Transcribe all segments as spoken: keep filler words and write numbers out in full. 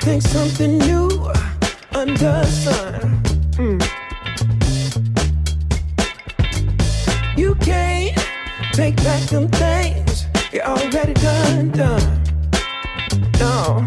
think something new under the sun. Mm. You can't take back them things you're already done, done. No.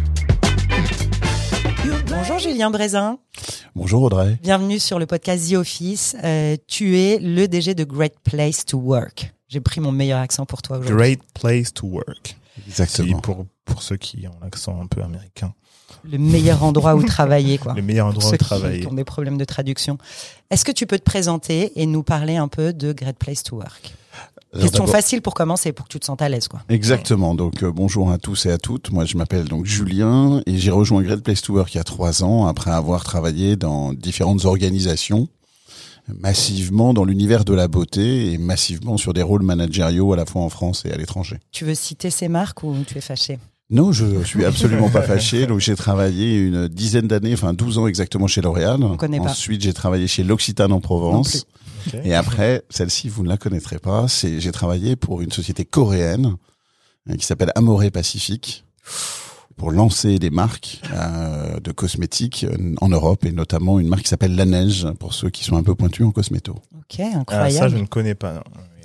Bonjour Julien Brézin. Bonjour Audrey. Bienvenue sur le podcast The Office. Euh, tu es le D G de Great Place to Work. J'ai pris mon meilleur accent pour toi aujourd'hui. Great Place to Work. Exactement. C'est pour, pour ceux qui ont l'accent un peu américain. Le meilleur endroit où travailler, quoi. Le meilleur endroit pour où ceux travailler. Qui, qui ont des problèmes de traduction. Est-ce que tu peux te présenter et nous parler un peu de Great Place to Work ? Alors, Question d'abord... facile pour commencer, pour que tu te sentes à l'aise, quoi. Exactement. Donc euh, bonjour à tous et à toutes. Moi, je m'appelle donc Julien et j'ai rejoint Great Place to Work il y a trois ans après avoir travaillé dans différentes organisations, massivement dans l'univers de la beauté et massivement sur des rôles managériaux à la fois en France et à l'étranger. Tu veux citer ces marques ou tu es fâché ? Non, je suis absolument pas fâché. Donc j'ai travaillé une dizaine d'années, enfin douze ans exactement chez L'Oréal. On connaît pas. Ensuite, j'ai travaillé chez L'Occitane en Provence. Okay. Et après, celle-ci, vous ne la connaîtrez pas. C'est, j'ai travaillé pour une société coréenne euh, qui s'appelle Amore Pacific pour lancer des marques euh, de cosmétiques euh, en Europe et notamment une marque qui s'appelle La Neige pour ceux qui sont un peu pointus en cosméto. Ok, Ah, incroyable. ça, je ne connais pas. Non.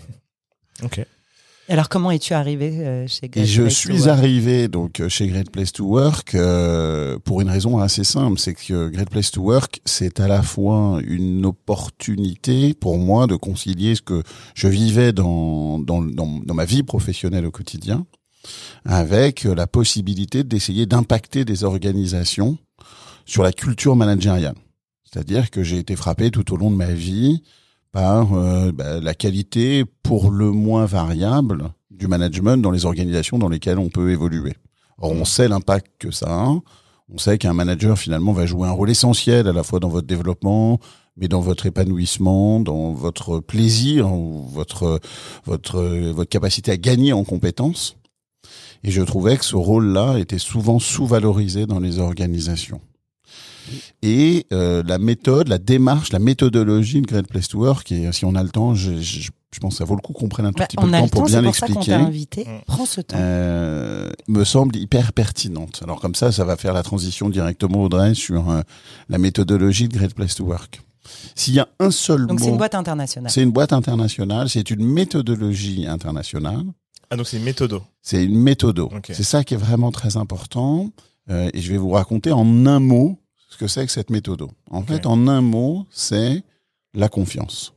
Ok. Alors, comment es-tu arrivé euh, chez Great Et je Place to suis Work ? arrivé donc chez Great Place to Work euh, pour une raison assez simple, c'est que Great Place to Work, c'est à la fois une opportunité pour moi de concilier ce que je vivais dans dans dans, dans ma vie professionnelle au quotidien avec la possibilité d'essayer d'impacter des organisations sur la culture managériale. C'est-à-dire que j'ai été frappé tout au long de ma vie par euh, bah, la qualité pour le moins variable du management dans les organisations dans lesquelles on peut évoluer. Or, on sait l'impact que ça a. On sait qu'un manager, finalement, va jouer un rôle essentiel à la fois dans votre développement, mais dans votre épanouissement, dans votre plaisir, votre, votre, votre capacité à gagner en compétences. Et je trouvais que ce rôle-là était souvent sous-valorisé dans les organisations. Et euh, la méthode, la démarche, la méthodologie de Great Place to Work, et si on a le temps, je, je, je pense que ça vaut le coup qu'on prenne un tout bah, petit peu de temps pour bien l'expliquer. On a le temps, c'est pour ça qu'on t'a invité. Mmh. Prends ce temps. Euh, me semble hyper pertinente. Alors comme ça, ça va faire la transition directement, Audrey, sur euh, la méthodologie de Great Place to Work. S'il y a un seul Donc mot... c'est une boîte internationale. C'est une boîte internationale, c'est une méthodologie internationale. Ah, donc c'est une méthodo. C'est une méthodo. Okay. C'est ça qui est vraiment très important. Euh, et je vais vous raconter en un mot ce que c'est que cette méthode. En okay. fait, en un mot, c'est la confiance.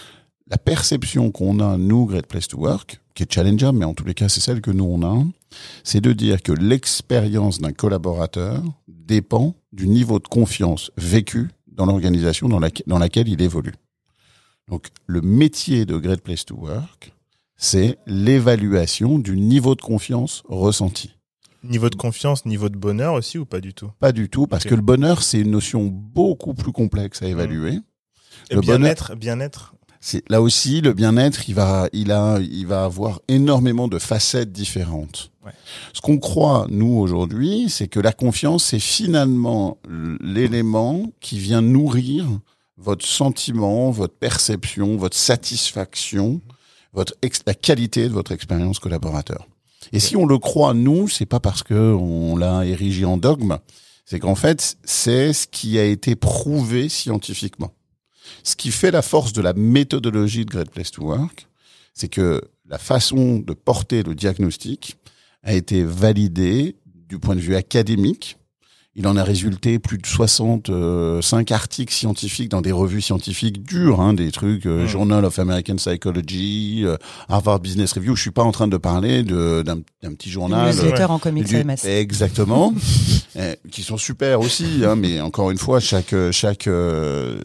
La perception qu'on a, nous, Great Place to Work, qui est challengeable, mais en tous les cas, c'est celle que nous, on a, c'est de dire que l'expérience d'un collaborateur dépend du niveau de confiance vécu dans l'organisation dans, la, dans laquelle il évolue. Donc, le métier de Great Place to Work, c'est l'évaluation du niveau de confiance ressenti. Niveau de confiance, niveau de bonheur aussi ou pas du tout ? Pas du tout, parce okay. que le bonheur, c'est une notion beaucoup plus complexe à évaluer. Mmh. Et le bien-être, bonheur, bien-être. C'est, là aussi, le bien-être, il va, il a, il va avoir énormément de facettes différentes. Ouais. Ce qu'on croit, nous, aujourd'hui, c'est que la confiance, c'est finalement l'élément qui vient nourrir votre sentiment, votre perception, votre satisfaction, votre ex- la qualité de votre expérience collaborateur. Et si on le croit, nous, c'est pas parce que on l'a érigé en dogme, c'est qu'en fait, c'est ce qui a été prouvé scientifiquement. Ce qui fait la force de la méthodologie de Great Place to Work, c'est que la façon de porter le diagnostic a été validée du point de vue académique. Il en a résulté plus de soixante-cinq articles scientifiques dans des revues scientifiques dures, hein, des trucs euh, mmh. Journal of American Psychology, euh, Harvard Business Review. Je suis pas en train de parler de, d'un, d'un petit journal. Newsletter euh, en comics du, A M S. Exactement, euh, qui sont super aussi. Hein, mais encore une fois, chaque chaque euh,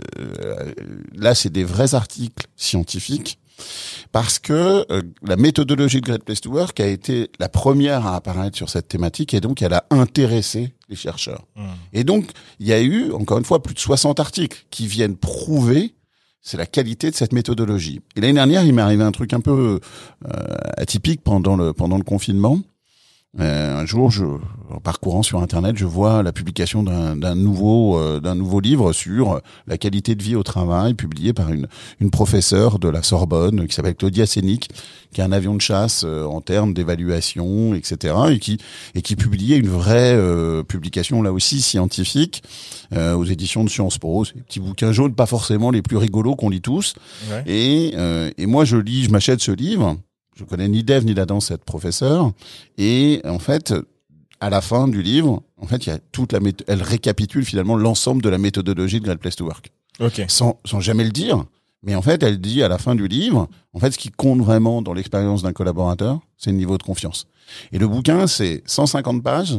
là, c'est des vrais articles scientifiques. Parce que euh, la méthodologie de Great Place to Work a été la première à apparaître sur cette thématique et donc elle a intéressé les chercheurs. Mmh. Et donc, il y a eu, encore une fois, plus de soixante articles qui viennent prouver c'est la qualité de cette méthodologie. Et l'année dernière, il m'est arrivé un truc un peu euh, atypique pendant le pendant le confinement. Euh, un jour, je, en parcourant sur Internet, je vois la publication d'un, d'un nouveau, euh, d'un nouveau livre sur la qualité de vie au travail, publié par une, une professeure de la Sorbonne qui s'appelle Claudia Sénic, qui a un avion de chasse euh, en termes d'évaluation, et cetera, et qui et qui publiait une vraie euh, publication là aussi scientifique euh, aux éditions de Sciences Po. C'est des petits bouquins jaunes, pas forcément les plus rigolos qu'on lit tous. Ouais. Et euh, et moi, je lis, je m'achète ce livre. Je connais ni d'Ève ni d'Adam, cette professeure. Et en fait, à la fin du livre, en fait, il y a toute la méth- elle récapitule finalement l'ensemble de la méthodologie de Great Place to Work. Ok. Sans, sans jamais le dire. Mais en fait, elle dit à la fin du livre, en fait, ce qui compte vraiment dans l'expérience d'un collaborateur, c'est le niveau de confiance. Et le bouquin, c'est cent cinquante pages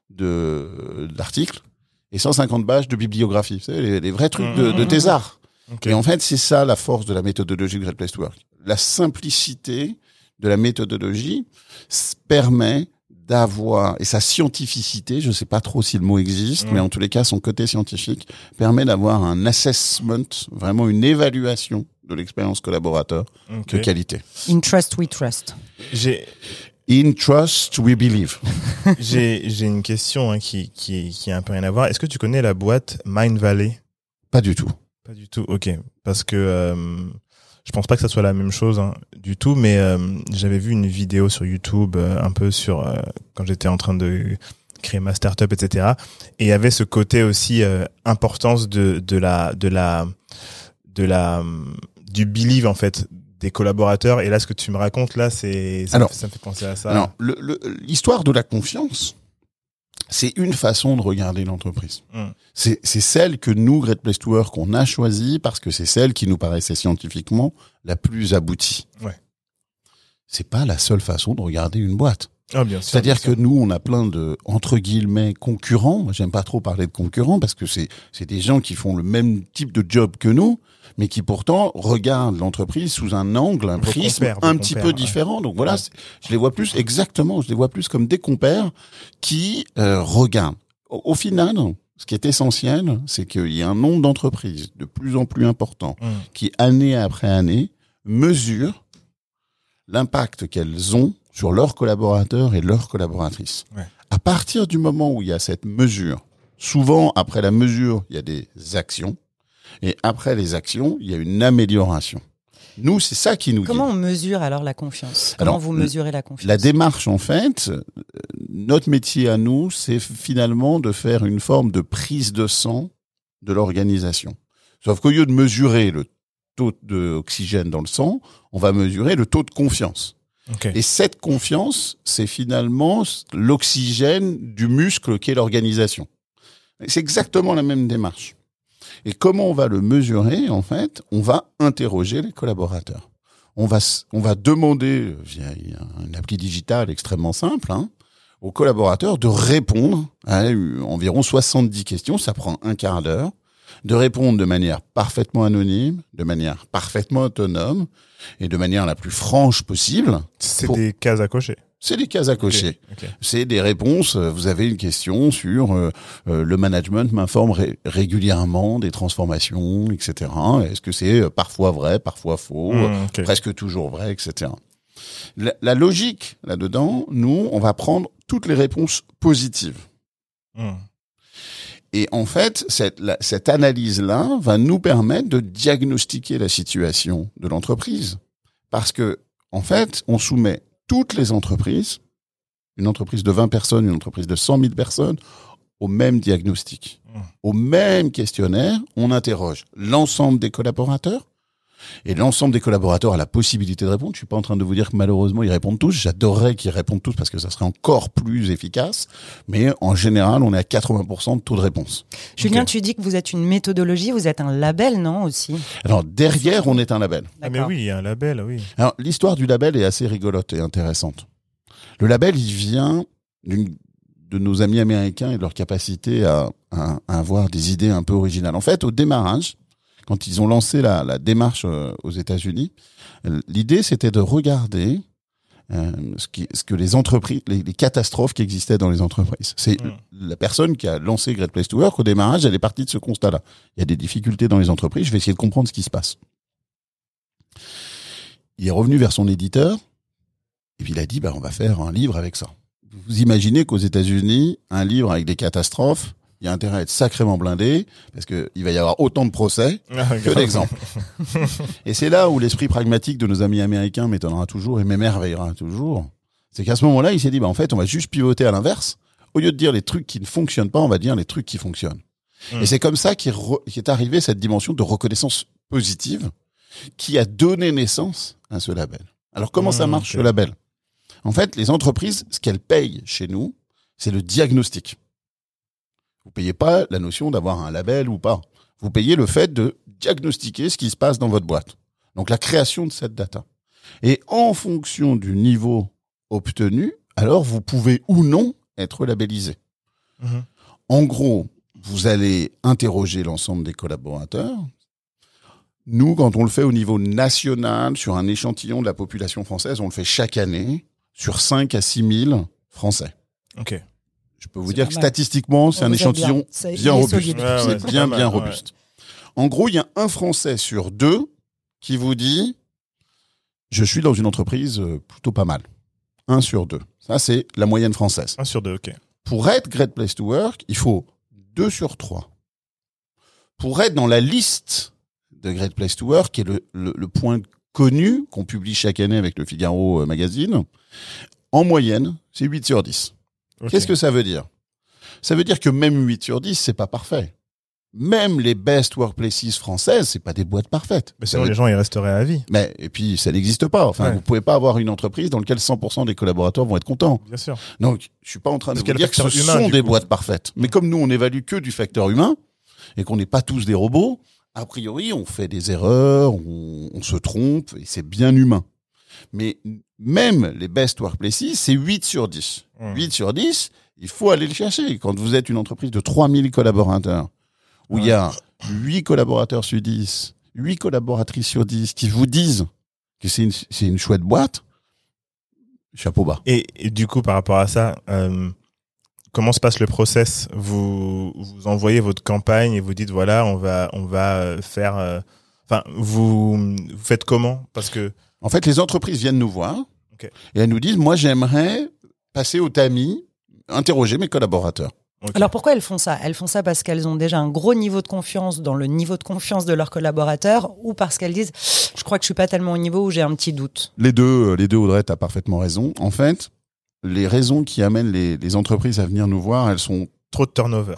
de, d'articles et cent cinquante pages de bibliographie. C'est les, les vrais trucs de, de thésard. Ok. Et en fait, c'est ça la force de la méthodologie de Great Place to Work. La simplicité de la méthodologie s- permet d'avoir, et sa scientificité, je sais pas trop si le mot existe, Mm. mais en tous les cas, son côté scientifique permet d'avoir un assessment, vraiment une évaluation de l'expérience collaborateur Ok. de qualité. In trust, we trust. J'ai In trust, we believe. j'ai j'ai une question hein, qui qui qui a un peu rien à voir. Est-ce que tu connais la boîte Mind Valley? Pas du tout. Pas du tout. Ok. Parce que euh, je pense pas que ça soit la même chose hein, du tout, mais euh, j'avais vu une vidéo sur YouTube euh, un peu sur euh, quand j'étais en train de créer ma startup, et cetera. Et il y avait ce côté aussi euh, importance de de la de la de la du believe en fait des collaborateurs. Et là, ce que tu me racontes là, c'est ça, Alors, me, ça me fait penser à ça. Alors, le, le, l'histoire de la confiance, c'est une façon de regarder l'entreprise. Mm. C'est, c'est celle que nous, Great Place to Work, on a choisie parce que c'est celle qui nous paraissait scientifiquement la plus aboutie. Ouais. C'est pas la seule façon de regarder une boîte. Ah, bien sûr. C'est-à-dire bien que sûr. nous, on a plein de, entre guillemets, concurrents. Moi, j'aime pas trop parler de concurrents parce que c'est, c'est des gens qui font le même type de job que nous, mais qui pourtant regardent l'entreprise sous un angle, un Vos prisme compères, vos un petit compères, peu ouais. différent. Donc voilà, Ouais. c'est- je les vois plus, exactement, je les vois plus comme des compères qui euh, regardent. Au, au final, ce qui est essentiel, c'est qu'il y a un nombre d'entreprises de plus en plus important Mm. qui, année après année, mesurent l'impact qu'elles ont sur leurs collaborateurs et leurs collaboratrices. Ouais. À partir du moment où il y a cette mesure, souvent après la mesure, il y a des actions, et après les actions, il y a une amélioration. Nous, c'est ça qui nous Comment guide. on mesure alors la confiance? Comment Alors, vous mesurez la confiance? La démarche, en fait, euh, notre métier à nous, c'est finalement de faire une forme de prise de sang de l'organisation. Sauf qu'au lieu de mesurer le taux d'oxygène dans le sang, on va mesurer le taux de confiance. Ok. Et cette confiance, c'est finalement l'oxygène du muscle qu'est l'organisation. C'est exactement la même démarche. Et comment on va le mesurer? En fait, on va interroger les collaborateurs. On va, s- on va demander, via une appli digitale extrêmement simple, hein, aux collaborateurs de répondre à euh, environ soixante-dix questions. Ça prend un quart d'heure. De répondre de manière parfaitement anonyme, de manière parfaitement autonome et de manière la plus franche possible. C'est pour- des cases à cocher. C'est des cases à cocher. Ok, ok. C'est des réponses. euh, Vous avez une question sur euh, euh, le management m'informe ré- régulièrement des transformations, et cetera. Est-ce que c'est euh, parfois vrai, parfois faux, Mm, euh, ok. presque toujours vrai, et cetera. La, la logique là-dedans, nous, on va prendre toutes les réponses positives. Mm. Et en fait, cette, la- cette analyse-là va nous permettre de diagnostiquer la situation de l'entreprise. Parce que, en fait, on soumet toutes les entreprises, une entreprise de vingt personnes, une entreprise de cent mille personnes, au même diagnostic, Mm. au même questionnaire. On interroge l'ensemble des collaborateurs. Et l'ensemble des collaborateurs a la possibilité de répondre. Je suis pas en train de vous dire que malheureusement ils répondent tous. J'adorerais qu'ils répondent tous parce que ça serait encore plus efficace. Mais en général, on est à quatre-vingts pour cent de taux de réponse. Julien, Ok. tu dis que vous êtes une méthodologie, vous êtes un label, non, aussi? Alors derrière, on est un label. Ah, mais D'accord. oui, il y a un label, oui. Alors l'histoire du label est assez rigolote et intéressante. Le label, il vient d'une de nos amis américains et de leur capacité à, à, à avoir des idées un peu originales. En fait, au démarrage, quand ils ont lancé la, la démarche euh, aux États-Unis, euh, l'idée c'était de regarder euh, ce, qui, ce que les entreprises, les, les catastrophes qui existaient dans les entreprises. C'est Mm. la personne qui a lancé Great Place to Work au démarrage, elle est partie de ce constat-là. Il y a des difficultés dans les entreprises. Je vais essayer de comprendre ce qui se passe. Il est revenu vers son éditeur et puis il a dit bah on va faire un livre avec ça. vous imaginez qu'aux États-Unis, un livre avec des catastrophes, il y a intérêt à être sacrément blindé, parce que il va y avoir autant de procès que d'exemples. Et c'est là où l'esprit pragmatique de nos amis américains m'étonnera toujours et m'émerveillera toujours. C'est qu'à ce moment-là, il s'est dit, bah, en fait, on va juste pivoter à l'inverse. Au lieu de dire les trucs qui ne fonctionnent pas, on va dire les trucs qui fonctionnent. Mmh. Et c'est comme ça qu'est, re- qu'est arrivée cette dimension de reconnaissance positive qui a donné naissance à ce label. Alors, comment mmh, ça marche, okay. ce label? En fait, les entreprises, ce qu'elles payent chez nous, c'est le diagnostic. Vous payez pas la notion d'avoir un label ou pas. Vous payez le fait de diagnostiquer ce qui se passe dans votre boîte. Donc, la création de cette data. Et en fonction du niveau obtenu, alors vous pouvez ou non être labellisé. Mmh. En gros, vous allez interroger l'ensemble des collaborateurs. Nous, quand on le fait au niveau national, sur un échantillon de la population française, on le fait chaque année sur cinq à six mille Français. Ok. Je peux vous c'est dire que statistiquement, c'est on un échantillon bien, bien robuste. Ouais, c'est ouais, bien, bien robuste. Ouais. En gros, il y a un Français sur deux qui vous dit « Je suis dans une entreprise plutôt pas mal ». Un sur deux. Ça, c'est la moyenne française. Un sur deux, ok. Pour être Great Place to Work, il faut deux sur trois. Pour être dans la liste de Great Place to Work, qui est le, le, le point connu qu'on publie chaque année avec le Figaro Magazine, en moyenne, c'est huit sur dix. Okay. Qu'est-ce que ça veut dire? Ça veut dire que même huit sur dix, c'est pas parfait. Même les best workplaces françaises, c'est pas des boîtes parfaites. Mais sinon, les gens, ils resteraient à vie. Mais, et puis, ça n'existe pas. Enfin, ouais. Vous pouvez pas avoir une entreprise dans laquelle cent pour cent des collaborateurs vont être contents. Bien sûr. Donc, je suis pas en train de vous dire que ce humain, sont des coup. boîtes parfaites. Mais comme nous, on évalue que du facteur humain, et qu'on n'est pas tous des robots, a priori, on fait des erreurs, on, on se trompe, et c'est bien humain. Mais même les best workplaces, c'est huit sur dix. Mmh. huit sur dix, il faut aller le chercher. Quand vous êtes une entreprise de trois mille collaborateurs, où il y a huit collaborateurs sur dix, huit collaboratrices sur dix qui vous disent que c'est une, c'est une chouette boîte, chapeau bas. Et, et du coup, par rapport à ça, euh, comment se passe le process? Vous, vous envoyez votre campagne et vous dites, voilà, on va, on va faire... Euh, enfin, vous, vous faites comment? Parce que... En fait, les entreprises viennent nous voir okay. et elles nous disent, moi, j'aimerais passer au tamis, interroger mes collaborateurs. Okay. Alors pourquoi elles font ça? Elles font ça parce qu'elles ont déjà un gros niveau de confiance dans le niveau de confiance de leurs collaborateurs ou parce qu'elles disent « je crois que je suis pas tellement au niveau où j'ai un petit doute ». Les deux, les deux, Audrey, t'as parfaitement raison. En fait, les raisons qui amènent les, les entreprises à venir nous voir, elles sont... Trop de turnover.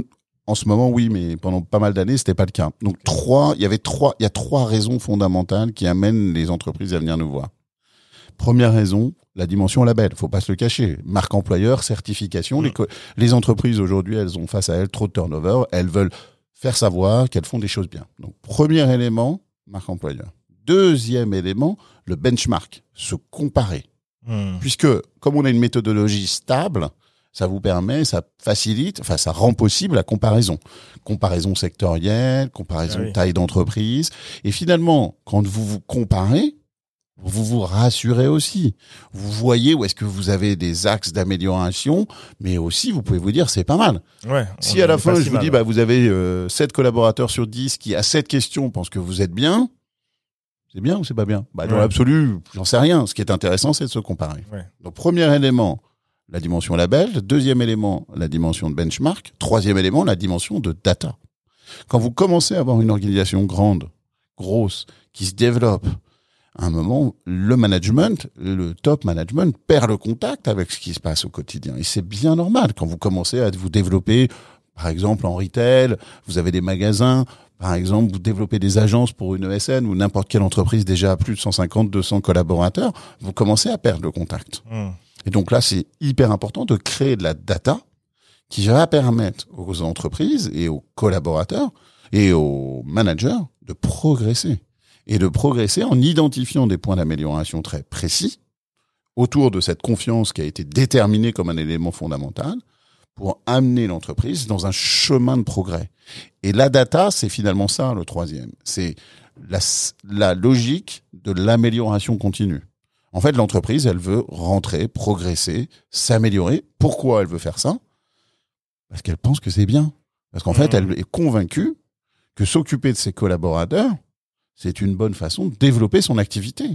En ce moment, oui, mais pendant pas mal d'années, c'était pas le cas. Donc trois, il y avait trois, il y a trois raisons fondamentales qui amènent les entreprises à venir nous voir. Première raison, la dimension label, faut pas se le cacher. Marque employeur, certification. Mmh. Les, co- les entreprises aujourd'hui, elles ont face à elles trop de turnover. Elles veulent faire savoir qu'elles font des choses bien. Donc, premier élément, marque employeur. Deuxième élément, le benchmark, se comparer. Mmh. Puisque, comme on a une méthodologie stable, ça vous permet, ça facilite, enfin, ça rend possible la comparaison. Comparaison sectorielle, comparaison ah oui. taille d'entreprise. Et finalement, quand vous vous comparez, vous vous rassurez aussi. Vous voyez où est-ce que vous avez des axes d'amélioration, mais aussi vous pouvez vous dire c'est pas mal. Ouais, si à la fin je vous dis bah vous avez euh, sept collaborateurs sur dix qui à sept questions pensent que vous êtes bien, c'est bien ou c'est pas bien? Bah dans ouais. l'absolu, j'en sais rien. Ce qui est intéressant, c'est de se comparer. Ouais. Donc premier élément, la dimension label. Deuxième élément, la dimension de benchmark. Troisième élément, la dimension de data. Quand vous commencez à avoir une organisation grande, grosse, qui se développe, à un moment, le management, le top management perd le contact avec ce qui se passe au quotidien. Et c'est bien normal. Quand vous commencez à vous développer, par exemple, en retail, vous avez des magasins, par exemple, vous développez des agences pour une E S N ou n'importe quelle entreprise déjà à plus de cent cinquante, deux cents collaborateurs, vous commencez à perdre le contact. Mmh. Et donc là, c'est hyper important de créer de la data qui va permettre aux entreprises et aux collaborateurs et aux managers de progresser. Et de progresser en identifiant des points d'amélioration très précis autour de cette confiance qui a été déterminée comme un élément fondamental pour amener l'entreprise dans un chemin de progrès. Et la data, c'est finalement ça, le troisième. C'est la, la logique de l'amélioration continue. En fait, l'entreprise, elle veut rentrer, progresser, s'améliorer. Pourquoi elle veut faire ça? Parce qu'elle pense que c'est bien. Parce qu'en mmh. fait, elle est convaincue que s'occuper de ses collaborateurs, c'est une bonne façon de développer son activité,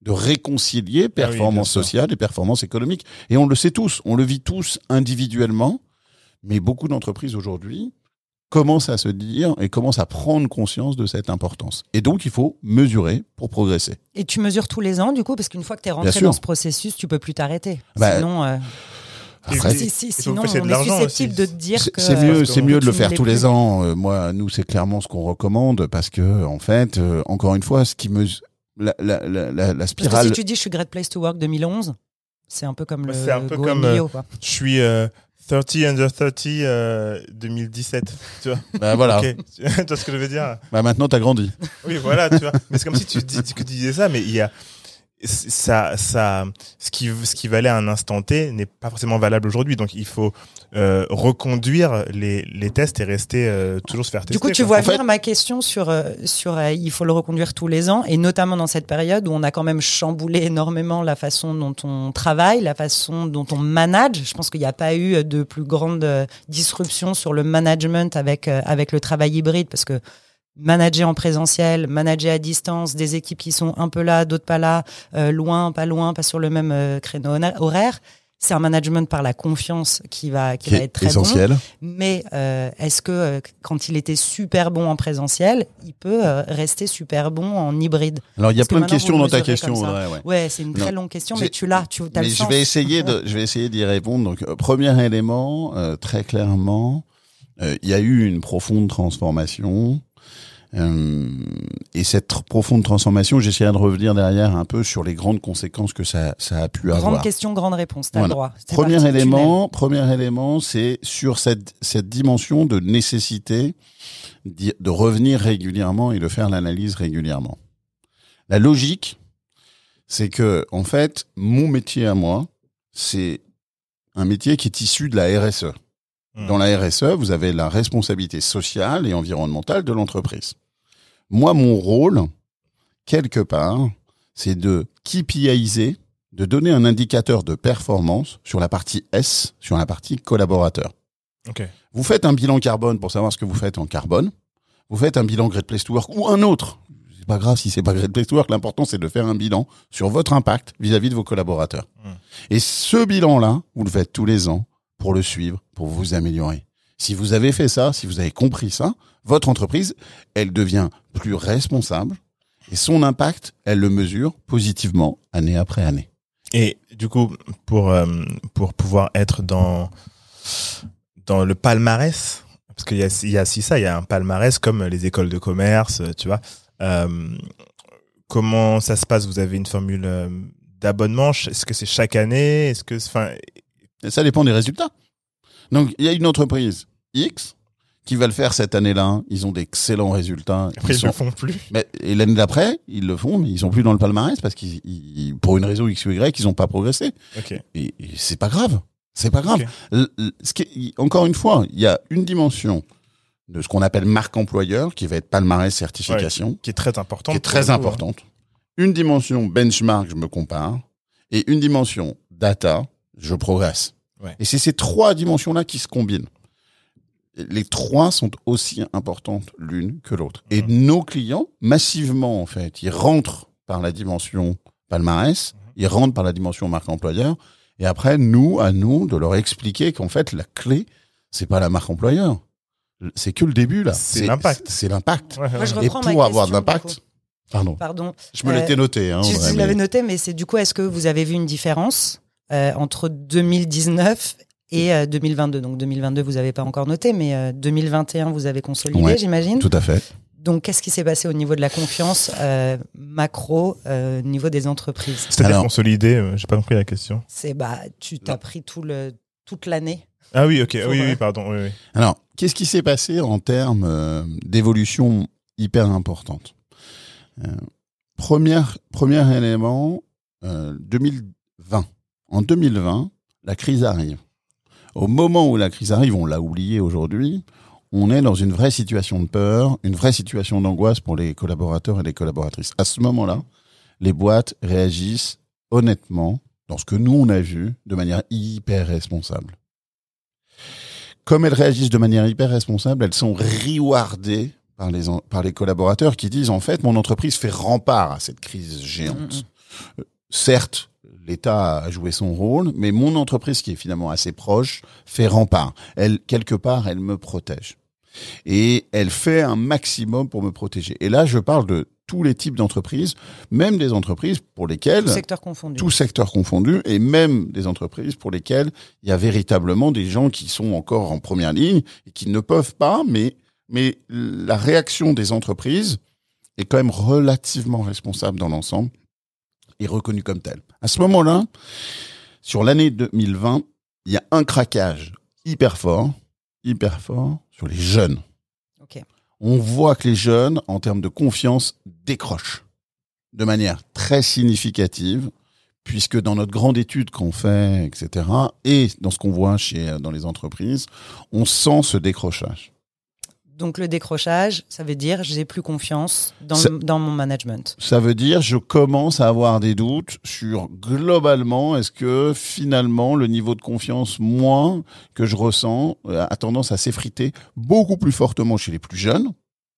de réconcilier performance sûr. sociale et performance économique. Et on le sait tous, on le vit tous individuellement, mais beaucoup d'entreprises aujourd'hui commencent à se dire et commencent à prendre conscience de cette importance. Et donc, il faut mesurer pour progresser. Et tu mesures tous les ans, du coup, parce qu'une fois que tu es Bien rentré sûr. dans ce processus, tu peux plus t'arrêter. Bah, Sinon, euh, Après, si, si, il faut sinon que c'est de on est l'argent susceptible aussi. de te dire c'est, que... c'est mieux, euh, c'est mieux de le tu faire ne l'es tous les plus. ans. Euh, moi, nous, c'est clairement ce qu'on recommande parce que, en fait, euh, encore une fois, ce qui me, la, la, la, la, la Parce que spirale. si tu dis je suis Great Place to Work deux mille onze, c'est un peu comme le C'est un peu Go comme, and euh, Bio, quoi. Je suis euh, thirty under thirty euh, deux mille dix-sept, tu vois. Bah voilà. Ok. Tu vois ce que je veux dire? Bah maintenant, t'as grandi. Oui, voilà, tu vois. Mais c'est comme si tu, dis, que tu disais ça, mais il y a ça, ça, ce qui, ce qui valait à un instant T n'est pas forcément valable aujourd'hui. Donc, il faut euh, reconduire les, les tests et rester euh, toujours se faire tester. Du coup, tu quoi. vois En venir fait- ma question sur, euh, sur euh, il faut le reconduire tous les ans, et notamment dans cette période où on a quand même chamboulé énormément la façon dont on travaille, la façon dont on manage. Je pense qu'il n'y a pas eu de plus grande euh, disruption sur le management avec, euh, avec le travail hybride, parce que manager en présentiel, manager à distance, des équipes qui sont un peu là, d'autres pas là, euh, loin, pas loin, pas sur le même euh, créneau horaire. C'est un management par la confiance qui va, qui Qui va est être très essentiel. bon. Mais euh, est-ce que euh, quand il était super bon en présentiel, il peut euh, rester super bon en hybride? Alors, il y a Parce que plein de maintenant, questions vous dans le ta mesurez question, comme ça. Audrey, ouais. Ouais, c'est une très Non. longue question, J'ai- mais tu l'as, tu as Mais le je sens. vais essayer de, je vais essayer d'y répondre. Donc, euh, premier élément, euh, très clairement, euh, il y a eu une profonde transformation. Euh, et cette tr- profonde transformation, j'essaierai de revenir derrière un peu sur les grandes conséquences que ça, ça a pu Grande avoir. question, grande réponse. T'as Voilà. le droit. C'est Premier parti, élément, premier élément, c'est sur cette, cette dimension de nécessité d'y- de revenir régulièrement et de faire l'analyse régulièrement. La logique, c'est que, en fait, mon métier à moi, c'est un métier qui est issu de la R S E. Mmh. Dans la R S E, vous avez la responsabilité sociale et environnementale de l'entreprise. Moi, mon rôle, quelque part, c'est de KPIiser, de donner un indicateur de performance sur la partie S, sur la partie collaborateur. Ok. Vous faites un bilan carbone pour savoir ce que vous faites en carbone. Vous faites un bilan Great Place to Work ou un autre. C'est pas grave si c'est pas Great Place to Work. L'important, c'est de faire un bilan sur votre impact vis-à-vis de vos collaborateurs. Mmh. Et ce bilan-là, vous le faites tous les ans pour le suivre, pour vous améliorer. Si vous avez fait ça, si vous avez compris ça, votre entreprise, elle devient plus responsable et son impact, elle le mesure positivement année après année. Et du coup, pour euh, pour pouvoir être dans dans le palmarès, parce qu'il y a il y a aussi ça, il y a un palmarès comme les écoles de commerce, tu vois. Euh, comment ça se passe? Vous avez une formule euh, d'abonnement? Est-ce que c'est chaque année? Est-ce que, enfin, Et ça dépend des résultats. Donc, il y a une entreprise X qui va le faire cette année-là. Ils ont d'excellents résultats. après ils sont... le font plus. Mais, et l'année d'après, ils le font, mais ils sont plus dans le palmarès parce qu'ils, ils, pour une raison X ou Y, ils n'ont pas progressé. Ok. Et, et c'est pas grave. C'est pas grave. Ok. L- l- ce qui est- encore une fois, il y a une dimension de ce qu'on appelle marque employeur qui va être palmarès certification, Qui est très importante. qui est pour très le coup, hein. importante. Une dimension benchmark, je me compare. Et une dimension data, je progresse. Ouais. Et c'est ces trois dimensions-là qui se combinent. Les trois sont aussi importantes l'une que l'autre. Et Mhm. nos clients, massivement, en fait, ils rentrent par la dimension palmarès, Mhm. ils rentrent par la dimension marque employeur. Et après, nous, à nous, de leur expliquer qu'en fait, la clé, c'est pas la marque employeur. C'est que le début, là. C'est l'impact. C'est l'impact. Ouais, ouais, Moi, je ouais. Et reprends pour ma avoir de question, du l'impact, coup. pardon, Pardon. je me Euh, l'étais noté. Hein, Tu, Audrey, tu mais- l'avais noté, mais c'est du coup, est-ce que vous avez vu une différence euh, entre deux mille dix-neuf et euh, deux mille vingt-deux? Donc deux mille vingt-deux, vous n'avez pas encore noté, mais euh, deux mille vingt et un, vous avez consolidé, Ouais, j'imagine. Tout à fait. Donc, qu'est-ce qui s'est passé au niveau de la confiance euh, macro, euh, au niveau des entreprises? C'est-à-dire Alors- consolider, euh, j'ai pas compris la question. C'est bah, tu t'as pris tout le toute l'année. Ah oui, ok, Faut oui, vrai. oui, pardon, oui, oui. Alors, qu'est-ce qui s'est passé en termes euh, d'évolution hyper importante euh, Première, premier élément, euh, deux mille vingt. En deux mille vingt, la crise arrive. Au moment où la crise arrive, on l'a oublié aujourd'hui, on est dans une vraie situation de peur, une vraie situation d'angoisse pour les collaborateurs et les collaboratrices. À ce moment-là, les boîtes réagissent honnêtement, dans ce que nous on a vu, de manière hyper responsable. Comme elles réagissent de manière hyper responsable, elles sont rewardées par les, en- par les collaborateurs qui disent en fait mon entreprise fait rempart à cette crise géante. Mm-mm. Certes, l'État a joué son rôle, mais mon entreprise, qui est finalement assez proche, fait rempart. Elle, quelque part, elle me protège. Et elle fait un maximum pour me protéger. Et là, je parle de tous les types d'entreprises, même des entreprises pour lesquelles... Tout secteur confondu. Tout secteur confondu, et même des entreprises pour lesquelles il y a véritablement des gens qui sont encore en première ligne et qui ne peuvent pas, mais, mais la réaction des entreprises est quand même relativement responsable dans l'ensemble et reconnue comme telle. À ce moment-là, sur l'année deux mille vingt, il y a un craquage hyper fort, hyper fort sur les jeunes. Ok. On voit que les jeunes, en termes de confiance, décrochent de manière très significative, puisque dans notre grande étude qu'on fait, et cetera, et dans ce qu'on voit chez dans les entreprises, on sent ce décrochage. Donc le décrochage, ça veut dire j'ai plus confiance dans, Ça- le- dans mon management. Ça veut dire je commence à avoir des doutes sur globalement est-ce que finalement le niveau de confiance moi que je ressens euh, a tendance à s'effriter beaucoup plus fortement chez les plus jeunes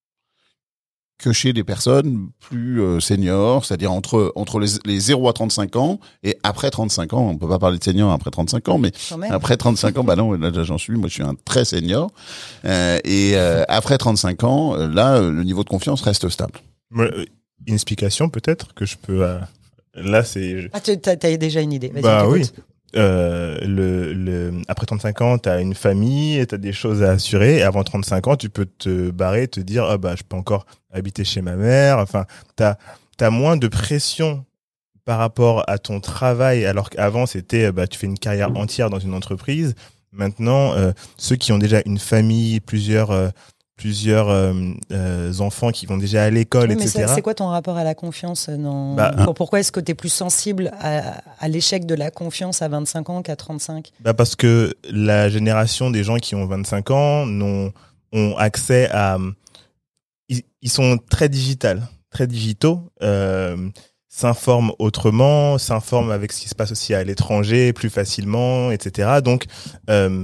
que chez des personnes plus euh, seniors, c'est-à-dire entre entre les, les zéro à trente-cinq ans et après trente-cinq ans. On peut pas parler de senior après trente-cinq ans, mais Quand même. après trente-cinq ans, bah non, là j'en suis, moi je suis un très senior. Euh, et euh, après trente-cinq ans, euh, là euh, le niveau de confiance reste stable. Ouais, euh, Une explication peut-être que je peux. euh, Là, c'est. Ah, tu- t'as, t'as déjà une idée. Vas-y, Bah on oui. t'écoute. Euh, le, le, après trente-cinq ans, t'as une famille, t'as des choses à assurer. Et avant trente-cinq ans, tu peux te barrer, te dire, ah bah, je peux encore habiter chez ma mère. Enfin, t'as, t'as moins de pression par rapport à ton travail, alors qu'avant, c'était, bah, tu fais une carrière entière dans une entreprise. Maintenant, euh, ceux qui ont déjà une famille, plusieurs, euh, plusieurs euh, euh, enfants qui vont déjà à l'école, Oui, mais et cetera. c'est, c'est quoi ton rapport à la confiance dans... Bah, Pour- Pourquoi est-ce que tu es plus sensible à, à l'échec de la confiance à vingt-cinq ans qu'à trente-cinq? Bah parce que la génération des gens qui ont vingt-cinq ans n'ont, ont accès à... Ils, ils sont très digitales, très digitaux, euh, s'informent autrement, s'informent avec ce qui se passe aussi à l'étranger plus facilement, et cetera. Donc, euh,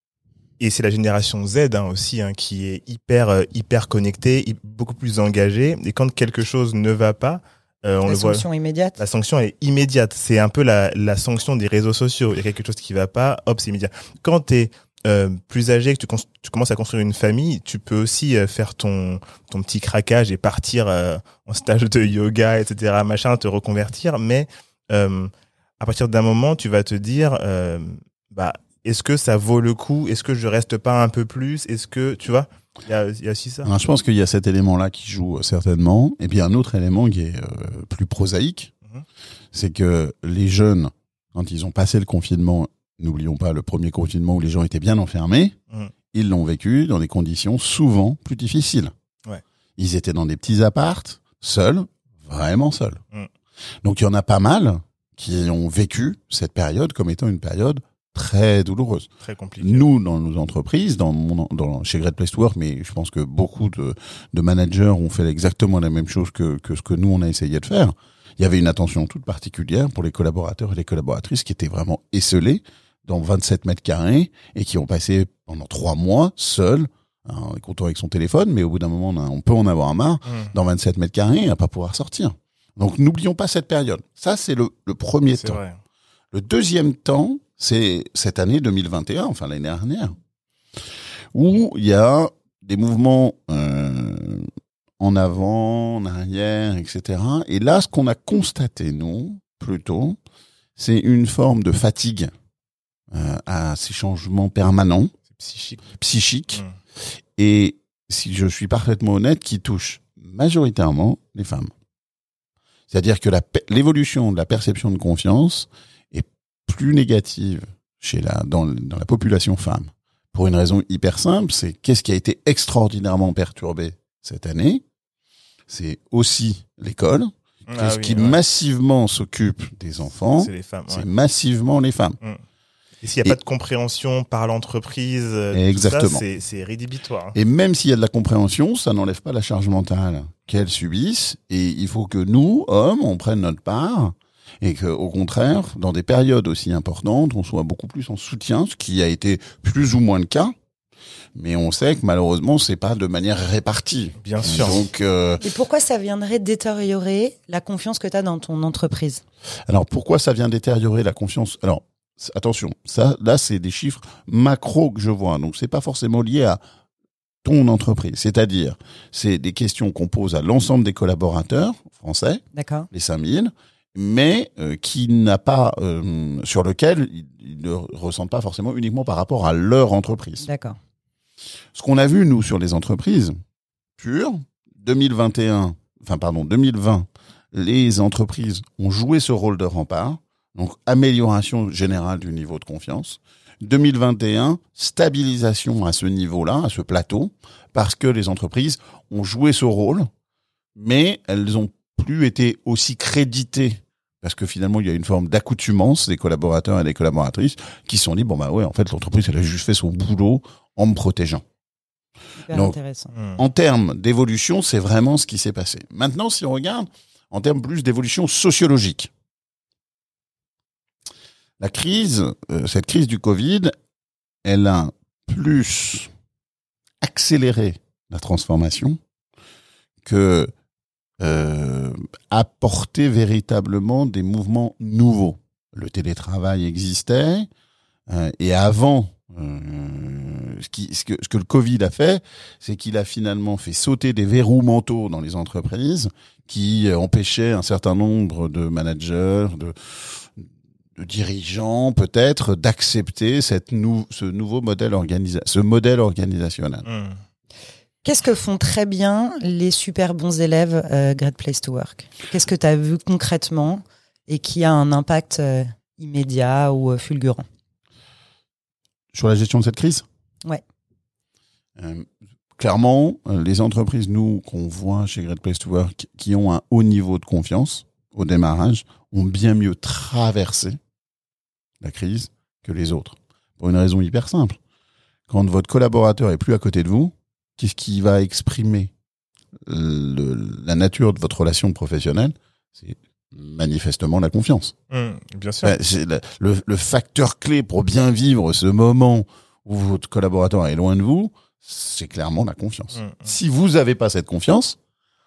et c'est la génération Z hein, aussi hein, qui est hyper, euh, hyper connectée, hy- beaucoup plus engagée. Et quand quelque chose ne va pas, euh, on La le voit... sanction immédiate? La sanction, elle est immédiate. C'est un peu la, la sanction des réseaux sociaux. Il y a quelque chose qui va pas, hop, c'est immédiat. Quand tu es euh, plus âgé, que tu, cons- tu commences à construire une famille, tu peux aussi euh, faire ton, ton petit craquage et partir euh, en stage de yoga, et cetera, machin, te reconvertir. Mais euh, à partir d'un moment, tu vas te dire, euh, bah, est-ce que ça vaut le coup? Est-ce que je reste pas un peu plus? Est-ce que, tu vois, il y a, il y a aussi ça. Alors, je pense qu'il y a cet élément-là qui joue euh, certainement, et puis un autre élément qui est euh, plus prosaïque, Mhm. c'est que les jeunes, quand ils ont passé le confinement, n'oublions pas le premier confinement où les gens étaient bien enfermés, Mhm. ils l'ont vécu dans des conditions souvent plus difficiles. Ouais. Ils étaient dans des petits appartes, seuls, vraiment seuls. Mhm. Donc il y en a pas mal qui ont vécu cette période comme étant une période très douloureuse. Très compliqué. Nous, dans nos entreprises, dans mon, dans, chez Great Place to Work, mais je pense que beaucoup de, de managers ont fait exactement la même chose que, que ce que nous, on a essayé de faire. Il y avait une attention toute particulière pour les collaborateurs et les collaboratrices qui étaient vraiment esselés dans vingt-sept mètres carrés et qui ont passé pendant trois mois seuls, hein, en comptant avec son téléphone, mais au bout d'un moment, on, a- on peut en avoir marre, Mmh. dans vingt-sept mètres carrés à pas pouvoir sortir. Donc, n'oublions pas cette période. Ça, c'est le, le premier C'est temps. vrai. Le deuxième temps, c'est cette année deux mille vingt et un, enfin l'année dernière, où il y a des mouvements euh, en avant, en arrière, et cetera. Et là, ce qu'on a constaté, nous, plutôt, c'est une forme de fatigue euh, à ces changements permanents, C'est psychique. psychiques, Mmh. et, si je suis parfaitement honnête, qui touchent majoritairement les femmes. C'est-à-dire que la, pe- l'évolution de la perception de confiance est plus négative chez la, dans, dans la population femme. Pour une raison hyper simple, c'est qu'est-ce qui a été extraordinairement perturbé cette année? C'est aussi l'école. Ah Qu'est-ce oui, qui ouais. massivement s'occupe des enfants? C'est les femmes. C'est Ouais. massivement les femmes. Et s'il n'y a Et- pas de compréhension par l'entreprise, euh, tout Exactement. ça, c'est, c'est rédhibitoire. Et même s'il y a de la compréhension, ça n'enlève pas la charge mentale qu'elles subissent. Et il faut que nous, hommes, on prenne notre part. Et qu'au contraire, dans des périodes aussi importantes, on soit beaucoup plus en soutien, ce qui a été plus ou moins le cas. Mais on sait que malheureusement, c'est pas de manière répartie. Bien sûr. Donc, euh, Et pourquoi ça viendrait détériorer la confiance que tu as dans ton entreprise? alors pourquoi ça vient détériorer la confiance? Alors attention, ça, là, c'est des chiffres macro que je vois. Donc c'est pas forcément lié à ton entreprise. C'est-à-dire, c'est des questions qu'on pose à l'ensemble des collaborateurs français, D'accord. les cinq mille, mais euh, qui n'a pas euh, sur lequel ils, ils ne ressentent pas forcément uniquement par rapport à leur entreprise. D'accord. Ce qu'on a vu, nous, sur les entreprises pures, deux mille vingt et un, enfin, pardon, deux mille vingt, les entreprises ont joué ce rôle de rempart, donc amélioration générale du niveau de confiance. deux mille vingt et un, stabilisation à ce niveau-là, à ce plateau, parce que les entreprises ont joué ce rôle, mais elles ont plus été aussi créditées. Parce que finalement, il y a une forme d'accoutumance des collaborateurs et des collaboratrices qui se sont dit, bon, bah ouais, en fait, l'entreprise, elle a juste fait son boulot en me protégeant. Super Donc, intéressant. Mmh. En termes d'évolution, c'est vraiment ce qui s'est passé. Maintenant, si on regarde en termes plus d'évolution sociologique, la crise, euh, cette crise du Covid, elle a plus accéléré la transformation que euh, apporté véritablement des mouvements nouveaux. Le télétravail existait euh, et avant, euh, ce, qui, ce, que, ce que le Covid a fait, c'est qu'il a finalement fait sauter des verrous mentaux dans les entreprises qui empêchaient un certain nombre de managers, de de dirigeants peut-être d'accepter cette nou- ce nouveau modèle organisa- ce modèle organisationnel. Mmh. Qu'est-ce que font très bien les super bons élèves euh, Great Place to Work? Qu'est-ce que tu as vu concrètement et qui a un impact euh, immédiat ou euh, fulgurant? Sur la gestion de cette crise? Ouais. Euh, clairement, euh, les entreprises, nous, qu'on voit chez Great Place to Work, qui ont un haut niveau de confiance au démarrage, ont bien mieux traversé la crise que les autres. Pour une raison hyper simple. Quand votre collaborateur est plus à côté de vous, qu'est-ce qui va exprimer le, la nature de votre relation professionnelle? C'est manifestement la confiance. Mmh, bien sûr. Ouais, c'est le, le, le facteur clé pour bien vivre ce moment où votre collaborateur est loin de vous, c'est clairement la confiance. Mmh. Si vous n'avez pas cette confiance,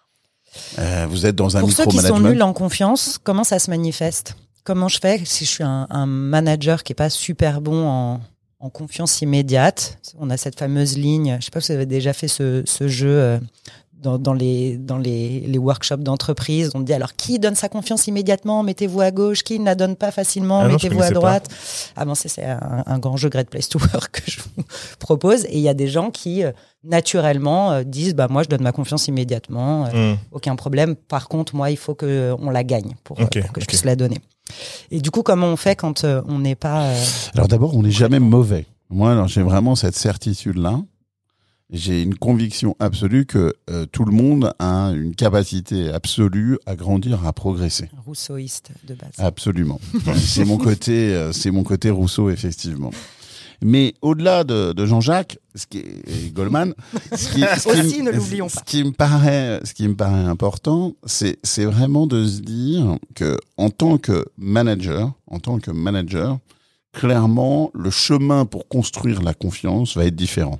euh, vous êtes dans un Pour ceux qui sont micromanagement. nuls en confiance, comment ça se manifeste? Comment je fais si je suis un, un manager qui est pas super bon en, en confiance immédiate? On a cette fameuse ligne, je sais pas si vous avez déjà fait ce, ce jeu euh, dans, dans, les, dans les, les workshops d'entreprise. On dit alors qui donne sa confiance immédiatement? Mettez-vous à gauche. Qui ne la donne pas facilement? Ah non, je Mettez-vous à connaissais droite. Ah bon, c'est, c'est un, un grand jeu Great Place to Work que je vous propose. Et il y a des gens qui euh, naturellement euh, disent bah moi je donne ma confiance immédiatement. Euh, Mmh. Aucun problème. Par contre, moi, il faut que on la gagne pour, euh, Okay, pour que je okay. puisse la donner. Et du coup, comment on fait quand euh, on n'est pas... euh, Alors d'abord, on n'est jamais mauvais. Moi, alors, j'ai vraiment cette certitude-là. J'ai une conviction absolue que euh, tout le monde a une capacité absolue à grandir, à progresser. rousseauiste de base. Absolument. c'est mon côté, euh, c'est mon côté Rousseau, effectivement. Mais au-delà de, de Jean-Jacques, ce qui est, et Goldman, ce qui, ce qui Aussi, me- ne l'oublions ce pas. qui me paraît, ce qui me paraît important, c'est, c'est vraiment de se dire que en tant que manager, en tant que manager, clairement, le chemin pour construire la confiance va être différent.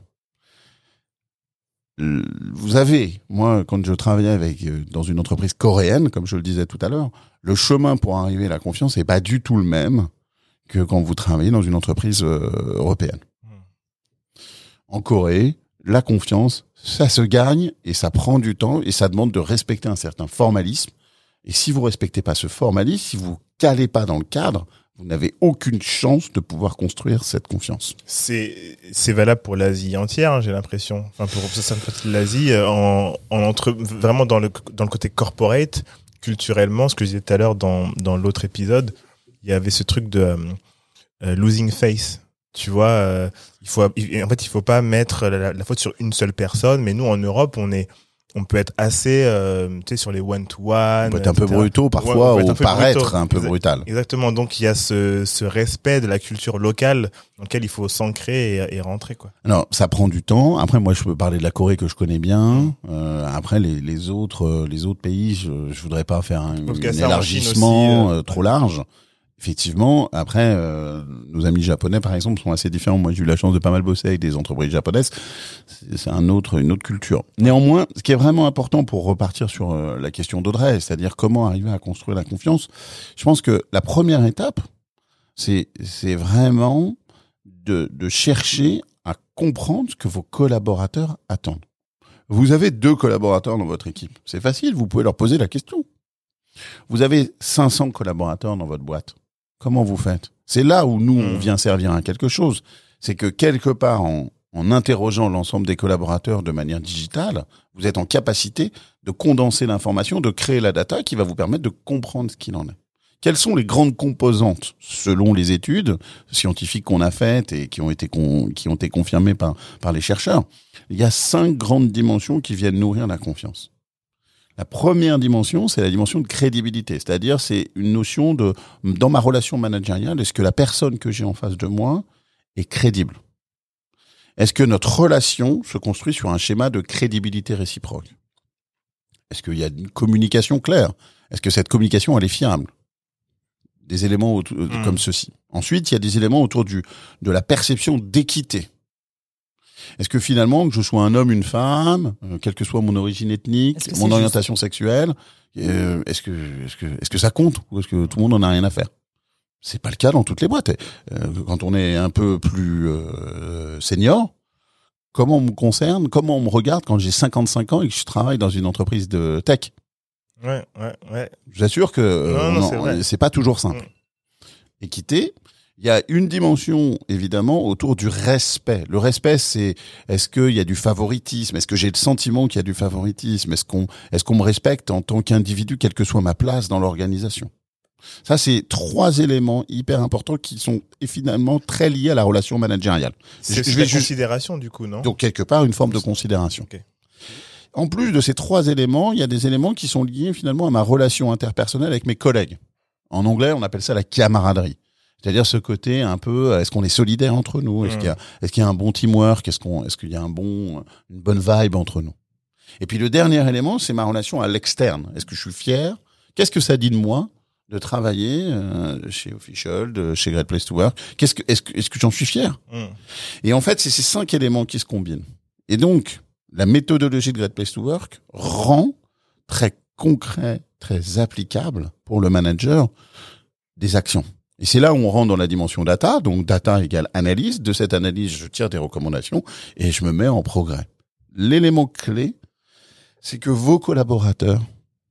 Le- Vous avez, moi, quand je travaillais avec euh, dans une entreprise coréenne, comme je le disais tout à l'heure, le chemin pour arriver à la confiance n'est pas du tout le même que quand vous travaillez dans une entreprise euh, européenne. En Corée, la confiance, ça se gagne et ça prend du temps et ça demande de respecter un certain formalisme. Et si vous respectez pas ce formalisme, si vous calez pas dans le cadre, vous n'avez aucune chance de pouvoir construire cette confiance. C'est c'est valable pour l'Asie entière, hein, j'ai l'impression. Enfin pour ça, ça fait l'Asie euh, en en entre vraiment dans le dans le côté corporate, culturellement, ce que je disais tout à l'heure dans dans l'autre épisode, il y avait ce truc de euh, euh, losing face. Tu vois, euh, il faut il- en fait il faut pas mettre la, la faute sur une seule personne, mais nous en Europe, on est on peut être assez euh, tu sais sur les one to one. On peut être un peu brutaux parfois ou paraître un peu brutal. Exactement. Donc il y a ce ce respect de la culture locale dans lequel il faut s'ancrer et, et rentrer quoi. Alors, ça prend du temps. Après, moi, je peux parler de la Corée que je connais bien. Euh, après, les, les autres, euh, les autres pays, je, je voudrais pas faire un, Parce qu'il y a un ça en Chine élargissement aussi, euh, euh, trop large. Effectivement, après, euh, nos amis japonais, par exemple, sont assez différents. Moi, j'ai eu la chance de pas mal bosser avec des entreprises japonaises. C'est, c'est un autre, une autre culture. Néanmoins, ce qui est vraiment important pour repartir sur euh, la question d'Audrey, c'est-à-dire comment arriver à construire la confiance, je pense que la première étape, c'est, c'est vraiment de, de chercher à comprendre ce que vos collaborateurs attendent. Vous avez deux collaborateurs dans votre équipe. C'est facile, vous pouvez leur poser la question. Vous avez cinq cents collaborateurs dans votre boîte. Comment vous faites ? C'est là où nous, on vient servir à quelque chose. C'est que quelque part, en, en interrogeant l'ensemble des collaborateurs de manière digitale, vous êtes en capacité de condenser l'information, de créer la data qui va vous permettre de comprendre ce qu'il en est. Quelles sont les grandes composantes, selon les études scientifiques qu'on a faites et qui ont été, con, qui ont été confirmées par, par les chercheurs ? Il y a cinq grandes dimensions qui viennent nourrir la confiance. La première dimension, c'est la dimension de crédibilité. C'est-à-dire, c'est une notion de, dans ma relation managériale, est-ce que la personne que j'ai en face de moi est crédible ? Est-ce que notre relation se construit sur un schéma de crédibilité réciproque ? Est-ce qu'il y a une communication claire ? Est-ce que cette communication, elle est fiable ? Des éléments autour, mmh. comme ceci. Ensuite, il y a des éléments autour du, de la perception d'équité. Est-ce que finalement, que je sois un homme, une femme, euh, quelle que soit mon origine ethnique, mon orientation juste sexuelle, euh, est-ce que, est-ce que, est-ce que ça compte ou est-ce que tout le monde en a rien à faire ? C'est pas le cas dans toutes les boîtes. Euh, quand on est un peu plus euh, senior, comment on me concerne, comment on me regarde quand j'ai cinquante-cinq ans et que je travaille dans une entreprise de tech ? Ouais, ouais, ouais. Je vous assure que euh, non, non, c'est, vrai. C'est pas toujours simple. Mmh. Équité. Il y a une dimension, évidemment, autour du respect. Le respect, c'est, est-ce qu'il y a du favoritisme ? Est-ce que j'ai le sentiment qu'il y a du favoritisme ? Est-ce qu'on, est-ce qu'on me respecte en tant qu'individu, quelle que soit ma place dans l'organisation ? Ça, c'est trois éléments hyper importants qui sont finalement très liés à la relation managériale. C'est je, je vais la juste... considération, du coup, non ? Donc, quelque part, une forme de considération. Okay. En plus de ces trois éléments, il y a des éléments qui sont liés finalement à ma relation interpersonnelle avec mes collègues. En anglais, on appelle ça la camaraderie. C'est-à-dire ce côté un peu, est-ce qu'on est solidaire entre nous ? Est-ce qu'il y a, est-ce qu'il y a un bon teamwork ? Est-ce qu'on, est-ce qu'il y a un bon, une bonne vibe entre nous ? Et puis le dernier élément, c'est ma relation à l'externe. Est-ce que je suis fier ? Qu'est-ce que ça dit de moi de travailler euh, chez Official, de, chez Great Place to Work ? Qu'est-ce que, est-ce que, est-ce que j'en suis fier ? mm. Et en fait, c'est ces cinq éléments qui se combinent. Et donc, la méthodologie de Great Place to Work rend très concret, très applicable pour le manager des actions. Et c'est là où on rentre dans la dimension data. Donc, data égale analyse. De cette analyse, je tire des recommandations et je me mets en progrès. L'élément clé, c'est que vos collaborateurs,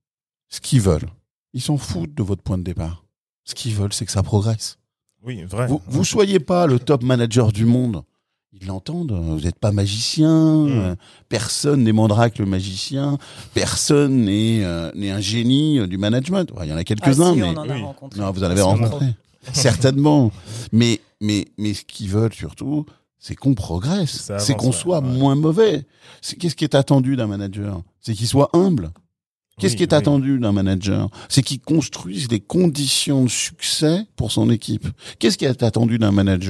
ce qu'ils veulent, ils s'en foutent de votre point de départ. Ce qu'ils veulent, c'est que ça progresse. Oui, vrai. Vous, vous soyez pas le top manager du monde. Ils l'entendent. Vous n'êtes pas magicien. Mmh. Personne n'est Mandrake le magicien. Personne n'est, euh, n'est un génie du management. Il y en a quelques-uns, ah, si, mais on en a oui. rencontré. Non, vous en avez rencontré. Certainement. Mais, mais, mais ce qu'ils veulent surtout, c'est qu'on progresse. Avance, c'est qu'on soit ouais. moins mauvais. C'est, qu'est-ce qui est attendu d'un manager ? C'est qu'il soit humble. Qu'est-ce oui, qui est oui. attendu d'un manager ? C'est qu'il construise des conditions de succès pour son équipe. Qu'est-ce qui est attendu d'un manager ?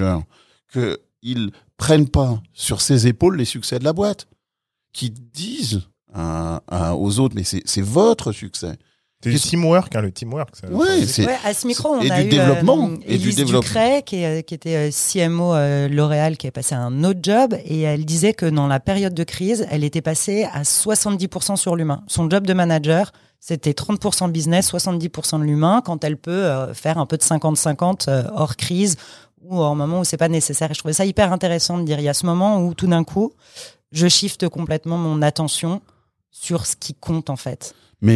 Qu'il prenne pas sur ses épaules les succès de la boîte. Qu'il dise à, à, aux autres, mais c'est, c'est votre succès. C'est du teamwork, hein, le teamwork. Ça, ouais, c'est, ouais, à ce micro, on et a du eu développement, euh, et Élise du développement. Ducret, qui, est, qui était euh, C M O euh, L'Oréal, qui est passée à un autre job, et elle disait que dans la période de crise, elle était passée à soixante-dix pour cent sur l'humain. Son job de manager, c'était trente pour cent business, soixante-dix pour cent de l'humain, quand elle peut euh, faire un peu de cinquante cinquante euh, hors crise, ou en moment où c'est pas nécessaire. Et je trouvais ça hyper intéressant de dire, il y a ce moment où tout d'un coup, je shifte complètement mon attention sur ce qui compte en fait.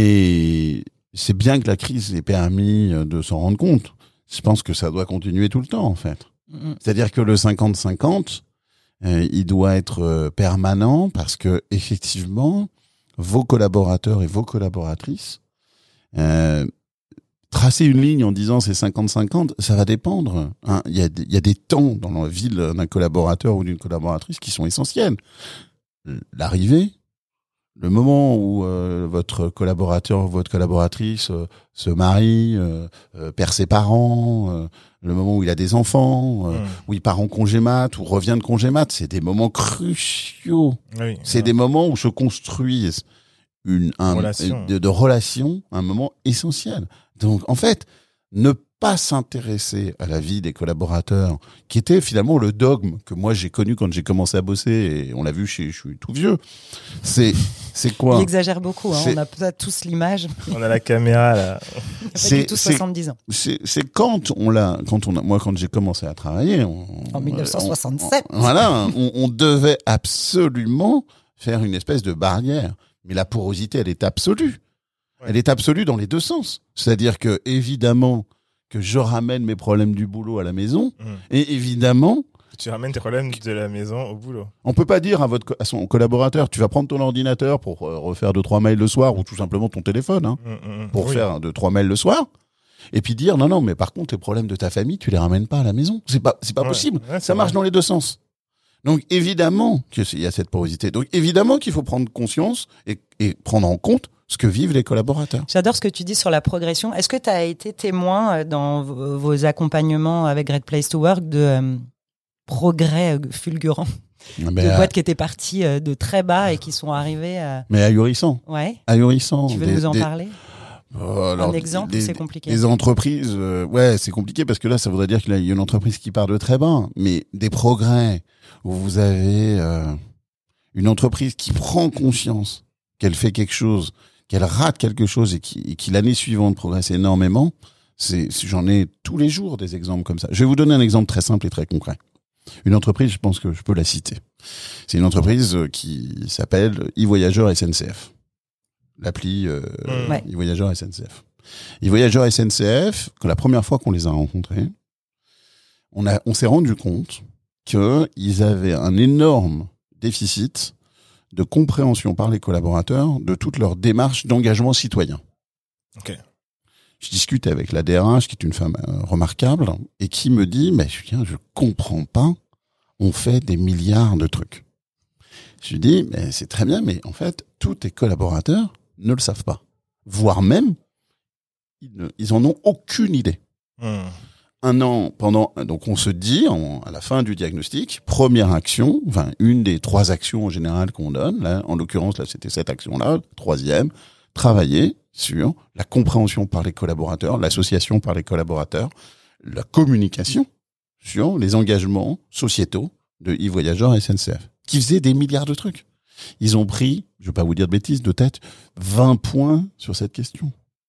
Mais c'est bien que la crise ait permis de s'en rendre compte. Je pense que ça doit continuer tout le temps, en fait. Mm-hmm. C'est-à-dire que le cinquante cinquante, euh, il doit être euh, permanent parce que, effectivement, vos collaborateurs et vos collaboratrices, euh, tracer une ligne en disant c'est cinquante cinquante, ça va dépendre. Hein. Il y a, il y a des temps dans la vie d'un collaborateur ou d'une collaboratrice qui sont essentiels. L'arrivée, le moment où euh, votre collaborateur ou votre collaboratrice euh, se marie, euh, euh, perd ses parents, euh, le moment où il a des enfants, euh, mmh. où il part en congé mat ou revient de congé mat, c'est des moments cruciaux. Oui, c'est ouais. des moments où se construisent une un, relation. De, de relation, un moment essentiel. Donc en fait, ne pas s'intéresser à la vie des collaborateurs, qui était finalement le dogme que moi j'ai connu quand j'ai commencé à bosser, et on l'a vu, chez, je suis tout vieux. C'est, c'est quoi ? Il exagère beaucoup, hein. C'est... On a peut-être tous l'image. On a la caméra là. C'est, pas tous soixante-dix ans. C'est, c'est quand on l'a, quand on a, moi quand j'ai commencé à travailler, on, en dix-neuf cent soixante-sept. On, on, voilà, on, on devait absolument faire une espèce de barrière, mais la porosité, elle est absolue. Ouais. Elle est absolue dans les deux sens. C'est-à-dire que évidemment que je ramène mes problèmes du boulot à la maison, mmh. et évidemment tu ramènes tes problèmes de la maison au boulot. On peut pas dire à votre à son collaborateur, tu vas prendre ton ordinateur pour euh, refaire deux trois mails le soir, ou tout simplement ton téléphone, hein, mmh, mmh, pour oui. faire deux trois mails le soir, et puis dire non non, mais par contre tes problèmes de ta famille, tu les ramènes pas à la maison. C'est pas c'est pas ouais. possible. Ouais, ça marche vrai. Dans les deux sens. Donc évidemment qu'il y a cette porosité. Donc évidemment qu'il faut prendre conscience et, et prendre en compte ce que vivent les collaborateurs. J'adore ce que tu dis sur la progression. Est-ce que tu as été témoin dans vos accompagnements avec Great Place to Work de euh, progrès fulgurants, mais de euh... boîtes qui étaient parties euh, de très bas et qui sont arrivées à... Mais ahurissants. Ouais. Ahurissants. Tu veux des, nous en des... parler oh, alors, un exemple, des, c'est compliqué. Les entreprises, euh, ouais, c'est compliqué parce que là, ça voudrait dire qu'il y a une entreprise qui part de très bas, mais des progrès où vous avez euh, une entreprise qui prend conscience qu'elle fait quelque chose, qu'elle rate quelque chose et qui, et qui l'année suivante progresse énormément, c'est, j'en ai tous les jours des exemples comme ça. Je vais vous donner un exemple très simple et très concret. Une entreprise, je pense que je peux la citer. C'est une entreprise qui s'appelle e-Voyageurs S N C F. L'appli euh, ouais. e-Voyageurs S N C F. e-Voyageurs S N C F, que la première fois qu'on les a rencontrés, on, a, on s'est rendu compte qu'ils avaient un énorme déficit de compréhension par les collaborateurs de toute leur démarche d'engagement citoyen. Okay. Je discute avec la D R H, qui est une femme euh, remarquable, et qui me dit, mais Julien, je comprends pas, on fait des milliards de trucs. Je lui dis, mais c'est très bien, mais en fait, tous tes collaborateurs ne le savent pas. Voire même, ils, ne, ils en ont aucune idée. Mmh. Un an pendant, donc on se dit en, à la fin du diagnostic, première action, enfin une des trois actions en général qu'on donne, là, en l'occurrence là c'était cette action-là, troisième, travailler sur la compréhension par les collaborateurs, l'association par les collaborateurs, la communication sur les engagements sociétaux de e-Voyageurs S N C F, qui faisaient des milliards de trucs. Ils ont pris, je vais pas vous dire de bêtises, de tête, vingt points sur cette question.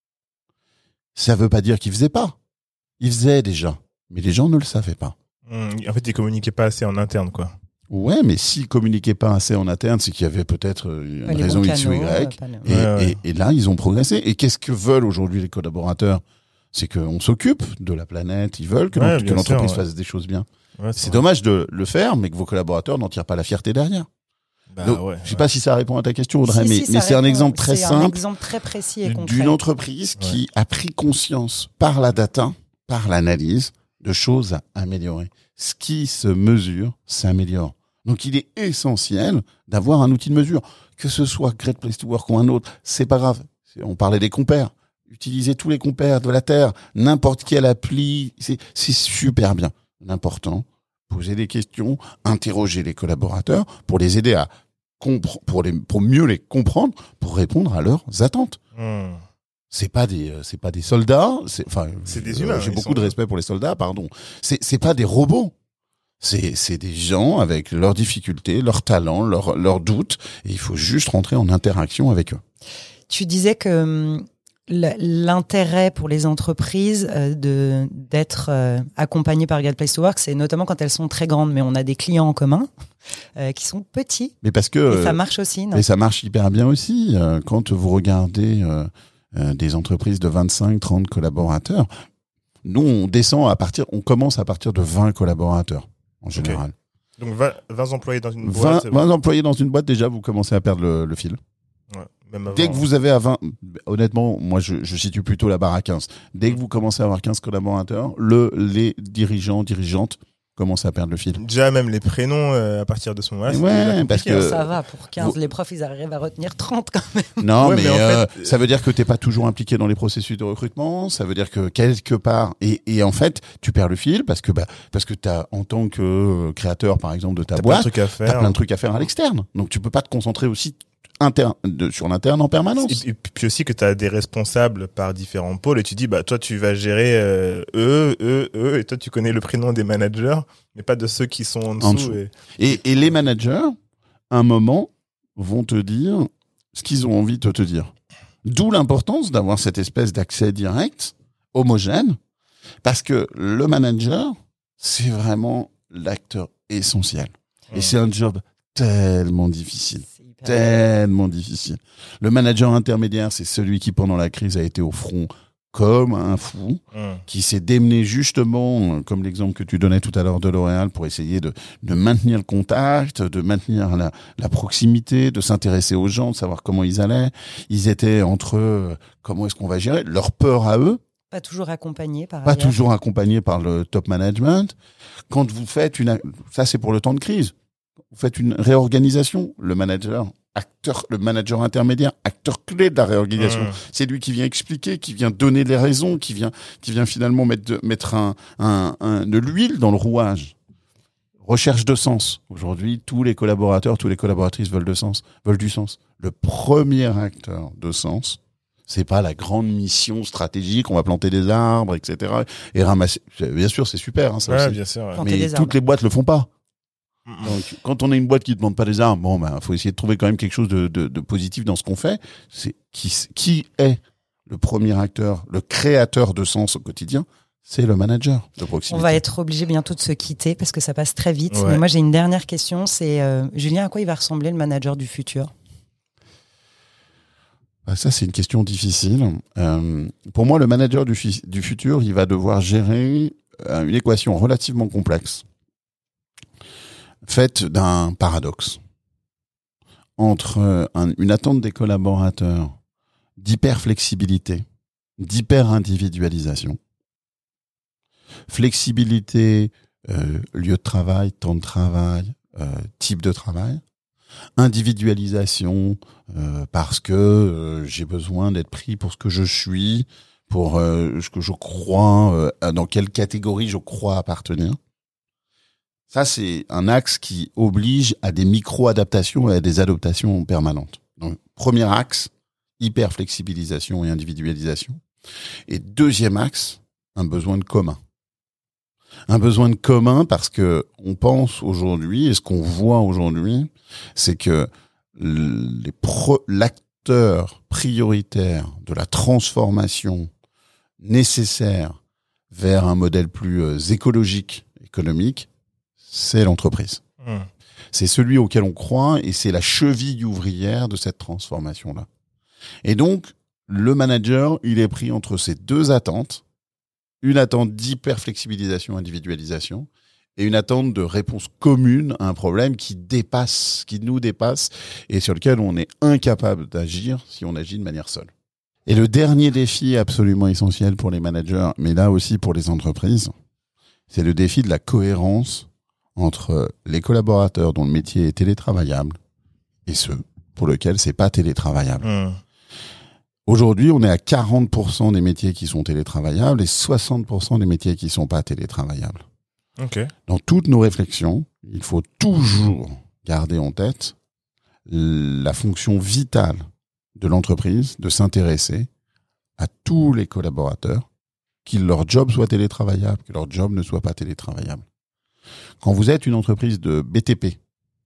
Ça veut pas dire qu'ils faisaient pas. Ils faisaient déjà, mais les gens ne le savaient pas. Mmh, en fait, ils communiquaient pas assez en interne, quoi. Ouais, mais s'ils communiquaient pas assez en interne, c'est qu'il y avait peut-être une ouais, raison X ou Y. Euh, et, ouais, ouais. Et, et là, ils ont progressé. Et qu'est-ce que veulent aujourd'hui les collaborateurs ? C'est qu'on s'occupe de la planète. Ils veulent que, ouais, que l'entreprise sûr, ouais. fasse des choses bien. Ouais, c'est c'est dommage de le faire, mais que vos collaborateurs n'en tirent pas la fierté derrière. Bah, Donc, ouais, je sais ouais. pas si ça répond à ta question, Audrey, si, mais, si, mais c'est répond, un exemple très c'est simple. Un exemple très précis et concret. D'une entreprise ouais. qui a pris conscience par la data, par l'analyse, de choses à améliorer. Ce qui se mesure s'améliore. Donc, il est essentiel d'avoir un outil de mesure. Que ce soit Great Place to Work ou un autre, c'est pas grave. On parlait des compères. Utilisez tous les compères de la Terre, n'importe quelle appli, c'est, c'est super bien. L'important, poser des questions, interroger les collaborateurs pour les aider à comprendre, pour les, pour mieux les comprendre, pour répondre à leurs attentes. Mmh. C'est pas des, c'est pas des soldats, c'est, enfin, c'est des humains. J'ai beaucoup de respect pour les soldats, pardon. C'est, c'est pas des robots. C'est, c'est des gens avec leurs difficultés, leurs talents, leurs, leurs doutes, et il faut juste rentrer en interaction avec eux. Tu disais que l'intérêt pour les entreprises euh, de d'être euh, accompagnées par Great Place to Work, c'est notamment quand elles sont très grandes, mais on a des clients en commun euh, qui sont petits. Mais parce que et ça marche aussi, non ? Mais ça marche hyper bien aussi. Euh, quand vous regardez euh, euh, des entreprises de vingt-cinq, trente collaborateurs, nous on descend à partir, on commence à partir de vingt collaborateurs en général. Okay. Donc vingt, vingt employés dans une boîte. vingt, vingt employés dans une boîte, déjà vous commencez à perdre le, le fil. Ouais. Même avant, Dès que vous avez à vingt, honnêtement, moi je, je situe plutôt la barre à quinze. Dès que vous commencez à avoir quinze collaborateurs, le, les dirigeants, dirigeantes commencent à perdre le fil. Déjà même les prénoms euh, à partir de ce moment-là. Ouais, parce que ça va pour quinze. Vous... Les profs, ils arrivent à retenir trente quand même. Non, ouais, mais, mais en euh, fait... ça veut dire que t'es pas toujours impliqué dans les processus de recrutement. Ça veut dire que quelque part, et, et en fait, tu perds le fil parce que bah parce que t'as en tant que créateur, par exemple, de ta t'as boîte, plein de trucs à faire. t'as plein de trucs à faire à l'externe. Donc tu peux pas te concentrer aussi Inter, de, sur l'interne en permanence. Et, et puis aussi que tu as des responsables par différents pôles et tu dis bah toi tu vas gérer euh, eux, eux, eux et toi tu connais le prénom des managers mais pas de ceux qui sont en dessous. En dessous. Et... Et, et les managers, à un moment, vont te dire ce qu'ils ont envie de te dire. D'où l'importance d'avoir cette espèce d'accès direct, homogène, parce que le manager, c'est vraiment l'acteur essentiel. Mmh. Et c'est un job tellement difficile. Tellement difficile. Le manager intermédiaire, c'est celui qui, pendant la crise, a été au front comme un fou, mmh. qui s'est démené justement, comme l'exemple que tu donnais tout à l'heure de L'Oréal, pour essayer de, de maintenir le contact, de maintenir la, la proximité, de s'intéresser aux gens, de savoir comment ils allaient. Ils étaient entre eux, comment est-ce qu'on va gérer leur peur à eux. Pas toujours accompagné par Pas ailleurs. toujours accompagné par le top management. Quand vous faites une, ça c'est pour le temps de crise. Vous faites une réorganisation, le manager, acteur, le manager intermédiaire, acteur clé de la réorganisation. Mmh. C'est lui qui vient expliquer, qui vient donner les raisons, qui vient, qui vient finalement mettre, de, mettre un, un, un, de l'huile dans le rouage. Recherche de sens. Aujourd'hui, tous les collaborateurs, tous les collaboratrices veulent de sens, veulent du sens. Le premier acteur de sens, c'est pas la grande mission stratégique, on va planter des arbres, et cetera. Et ramasser. Bien sûr, c'est super, hein, ça ouais, aussi. Bien sûr, ouais. Mais toutes les boîtes le font pas. Donc, quand on a une boîte qui ne demande pas des arbres, bon, ben, faut essayer de trouver quand même quelque chose de, de, de positif dans ce qu'on fait. C'est qui, qui est le premier acteur, le créateur de sens au quotidien? C'est le manager de proximité. On va être obligé bientôt de se quitter parce que ça passe très vite. Ouais. Mais moi, j'ai une dernière question. C'est euh, Julien, à quoi il va ressembler le manager du futur? Bah, ça, c'est une question difficile. Euh, pour moi, le manager du, fi- du futur, il va devoir gérer euh, une équation relativement complexe, faite d'un paradoxe entre un, une attente des collaborateurs d'hyper-flexibilité, d'hyper-individualisation, flexibilité, euh, lieu de travail, temps de travail, euh, type de travail, individualisation euh, parce que euh, j'ai besoin d'être pris pour ce que je suis, pour euh, ce que je crois, euh, dans quelle catégorie je crois appartenir. Ça, c'est un axe qui oblige à des micro-adaptations et à des adaptations permanentes. Donc, premier axe, hyper-flexibilisation et individualisation. Et deuxième axe, un besoin de commun. Un besoin de commun parce que on pense aujourd'hui, et ce qu'on voit aujourd'hui, c'est que les pro- l'acteur prioritaire de la transformation nécessaire vers un modèle plus euh, écologique, économique, c'est l'entreprise. Mmh. C'est celui auquel on croit et c'est la cheville ouvrière de cette transformation-là. Et donc, le manager, il est pris entre ces deux attentes, une attente d'hyper-flexibilisation, individualisation, et une attente de réponse commune à un problème qui dépasse, qui nous dépasse, et sur lequel on est incapable d'agir si on agit de manière seule. Et le dernier défi absolument essentiel pour les managers, mais là aussi pour les entreprises, c'est le défi de la cohérence entre les collaborateurs dont le métier est télétravaillable et ceux pour lesquels c'est pas télétravaillable. Mmh. Aujourd'hui, on est à quarante pour cent des métiers qui sont télétravaillables et soixante pour cent des métiers qui sont pas télétravaillables. Okay. Dans toutes nos réflexions, il faut toujours garder en tête la fonction vitale de l'entreprise de s'intéresser à tous les collaborateurs, que leur job soit télétravaillable, que leur job ne soit pas télétravaillable. Quand vous êtes une entreprise de B T P,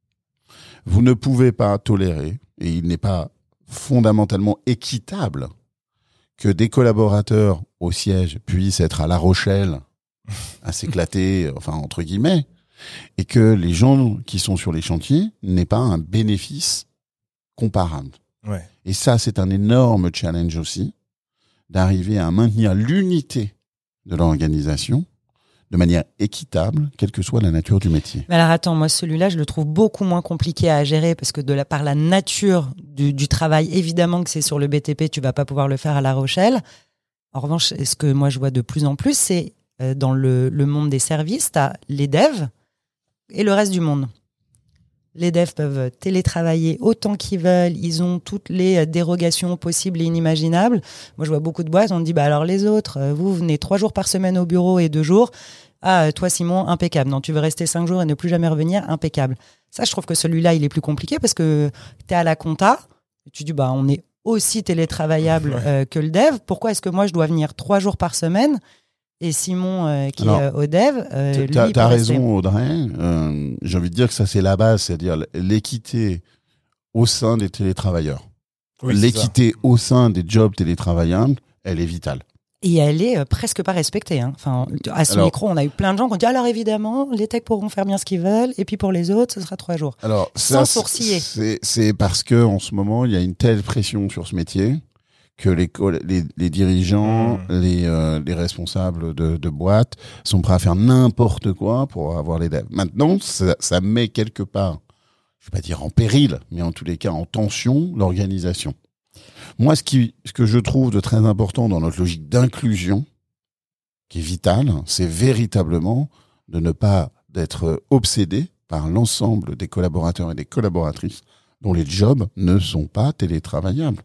vous ne pouvez pas tolérer, et il n'est pas fondamentalement équitable, que des collaborateurs au siège puissent être à La Rochelle, à s'éclater, enfin entre guillemets, et que les gens qui sont sur les chantiers n'aient pas un bénéfice comparable. Ouais. Et ça, c'est un énorme challenge aussi, d'arriver à maintenir l'unité de l'organisation de manière équitable, quelle que soit la nature du métier. Mais alors attends, moi celui-là, je le trouve beaucoup moins compliqué à gérer parce que de la, par la nature du, du travail, évidemment que c'est sur le B T P, tu vas pas pouvoir le faire à La Rochelle. En revanche, ce que moi je vois de plus en plus, c'est euh, dans le, le monde des services, tu as les devs et le reste du monde. Les devs peuvent télétravailler autant qu'ils veulent, ils ont toutes les dérogations possibles et inimaginables. Moi, je vois beaucoup de boîtes, on me dit, bah alors les autres, vous venez trois jours par semaine au bureau et deux jours. Ah, toi, Simon, impeccable. Non, tu veux rester cinq jours et ne plus jamais revenir, impeccable. Ça, je trouve que celui-là, il est plus compliqué parce que tu es à la compta. Et tu dis, bah, on est aussi télétravaillable Ouais. euh, que le dev. Pourquoi est-ce que moi, je dois venir trois jours par semaine et Simon, euh, qui Alors, est euh, au dev, euh, lui, T'as il t'as peut rester. raison, Audrey. Euh, J'ai envie de dire que ça, c'est la base, c'est-à-dire l'équité au sein des télétravailleurs. Oui, c'est L'équité au sein des jobs télétravaillables, elle est vitale. Et elle est euh, presque pas respectée. Hein. Enfin, à ce Alors- micro, on a eu plein de gens qui ont dit alors évidemment, les techs pourront faire bien ce qu'ils veulent, et puis pour les autres, ce sera trois jours. Alors, Sans ça, sourciller. c'est c'est parce que en ce moment, il y a une telle pression sur ce métier que les co- les, les dirigeants, Mmh. les euh, les responsables de, de boîtes sont prêts à faire n'importe quoi pour avoir les devs. Maintenant, ça, ça met quelque part, je vais pas dire en péril, mais en tous les cas en tension l'organisation. Moi, ce qui ce que je trouve de très important dans notre logique d'inclusion, qui est vitale, c'est véritablement de ne pas d'être obsédé par l'ensemble des collaborateurs et des collaboratrices dont les jobs ne sont pas télétravaillables.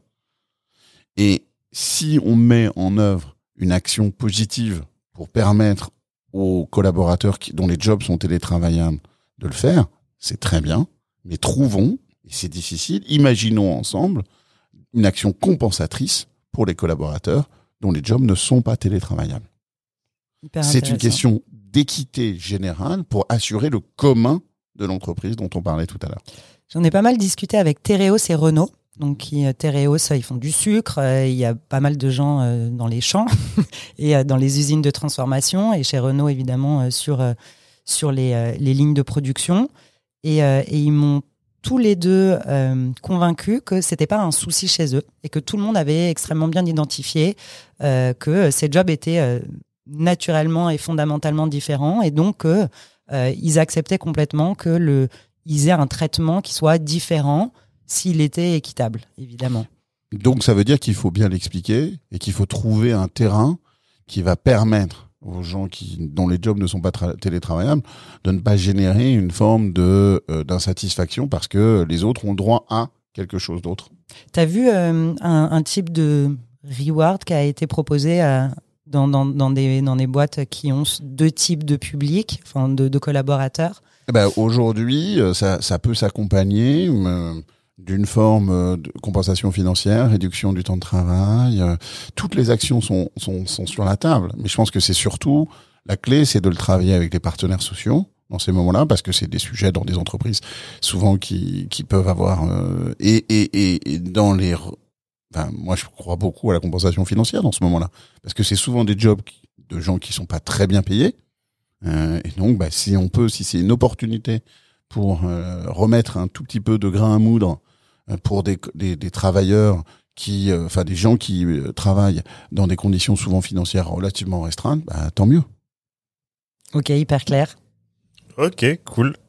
Et si on met en œuvre une action positive pour permettre aux collaborateurs qui, dont les jobs sont télétravaillables de le faire, c'est très bien, mais trouvons, et c'est difficile, imaginons ensemble une action compensatrice pour les collaborateurs dont les jobs ne sont pas télétravaillables. Hyper C'est une intéressant. question d'équité générale pour assurer le commun de l'entreprise dont on parlait tout à l'heure. J'en ai pas mal discuté avec Tereos et Renault. Donc, qui, euh, Tereos, euh, ils font du sucre. euh, Il y a pas mal de gens euh, dans les champs et euh, dans les usines de transformation. Et chez Renault, évidemment, euh, sur, euh, sur les, euh, les lignes de production. Et, euh, et ils m'ont tous les deux euh, convaincus que c'était pas un souci chez eux et que tout le monde avait extrêmement bien identifié euh, que ces jobs étaient euh, naturellement et fondamentalement différents et donc euh, euh, ils acceptaient complètement que le ils aient un traitement qui soit différent s'il était équitable, évidemment. Donc ça veut dire qu'il faut bien l'expliquer et qu'il faut trouver un terrain qui va permettre aux gens qui, dont les jobs ne sont pas tra- télétravaillables de ne pas générer une forme de euh, d'insatisfaction parce que les autres ont droit à quelque chose d'autre. T'as vu euh, un, un type de reward qui a été proposé à, dans, dans, dans, des, dans des boîtes qui ont deux types de publics, enfin de, de collaborateurs? Eh ben, aujourd'hui, euh, ça, ça peut s'accompagner euh, d'une forme euh, de compensation financière, réduction du temps de travail. euh, toutes les actions sont, sont, sont sur la table. Mais je pense que c'est surtout, la clé, c'est de le travailler avec les partenaires sociaux dans ces moments-là, parce que c'est des sujets dans des entreprises souvent qui, qui peuvent avoir... Euh, et, et, et, et dans les... Enfin, moi, je crois beaucoup à la compensation financière dans ce moment-là, parce que c'est souvent des jobs qui, de gens qui sont pas très bien payés. Euh, et donc, bah, si on peut, si c'est une opportunité pour euh, remettre un tout petit peu de grain à moudre euh, pour des, des, des travailleurs qui, euh, enfin des gens qui euh, travaillent dans des conditions souvent financières relativement restreintes, bah, tant mieux. Ok, hyper clair. Ok, cool.